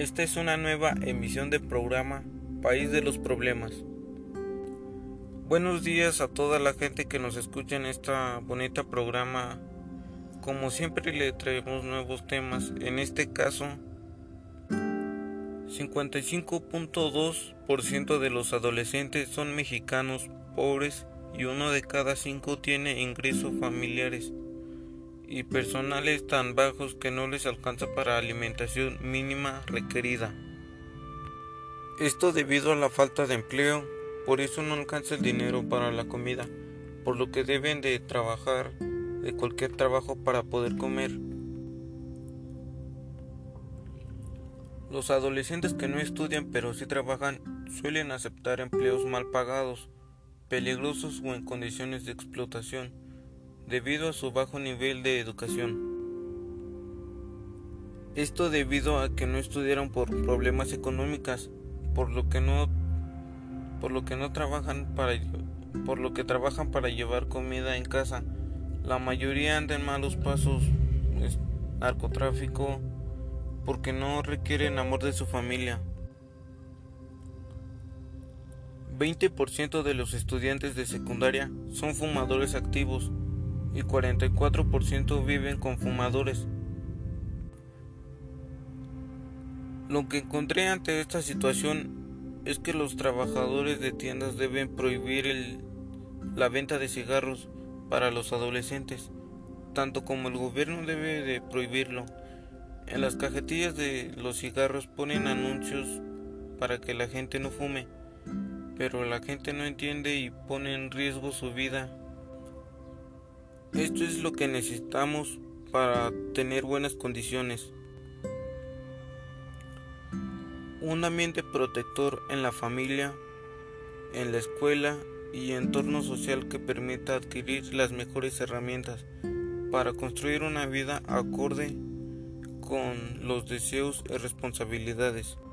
Esta es una nueva emisión del programa País de los Problemas. Buenos días a toda la gente que nos escucha en esta bonita programa. Como siempre le traemos nuevos temas. En este caso, 55.2% de los adolescentes son mexicanos pobres y 1 de cada 5 tiene ingresos familiares y personales tan bajos que no les alcanza para alimentación mínima requerida. Esto debido a la falta de empleo, por eso no alcanza el dinero para la comida, por lo que deben de trabajar de cualquier trabajo para poder comer. Los adolescentes que no estudian pero sí trabajan suelen aceptar empleos mal pagados, peligrosos o en condiciones de explotación, debido a su bajo nivel de educación. Esto debido a que no estudiaron por problemas económicos, por lo que trabajan para llevar comida en casa. La mayoría anda en malos pasos, narcotráfico, porque no requieren amor de su familia. 20% de los estudiantes de secundaria son fumadores activos y 44% viven con fumadores. Lo que encontré ante esta situación es que los trabajadores de tiendas deben prohibir la venta de cigarros para los adolescentes, tanto como el gobierno debe de prohibirlo. En las cajetillas de los cigarros ponen anuncios para que la gente no fume, pero la gente no entiende y pone en riesgo su vida. Esto es lo que necesitamos para tener buenas condiciones. Un ambiente protector en la familia, en la escuela y entorno social que permita adquirir las mejores herramientas para construir una vida acorde con los deseos y responsabilidades.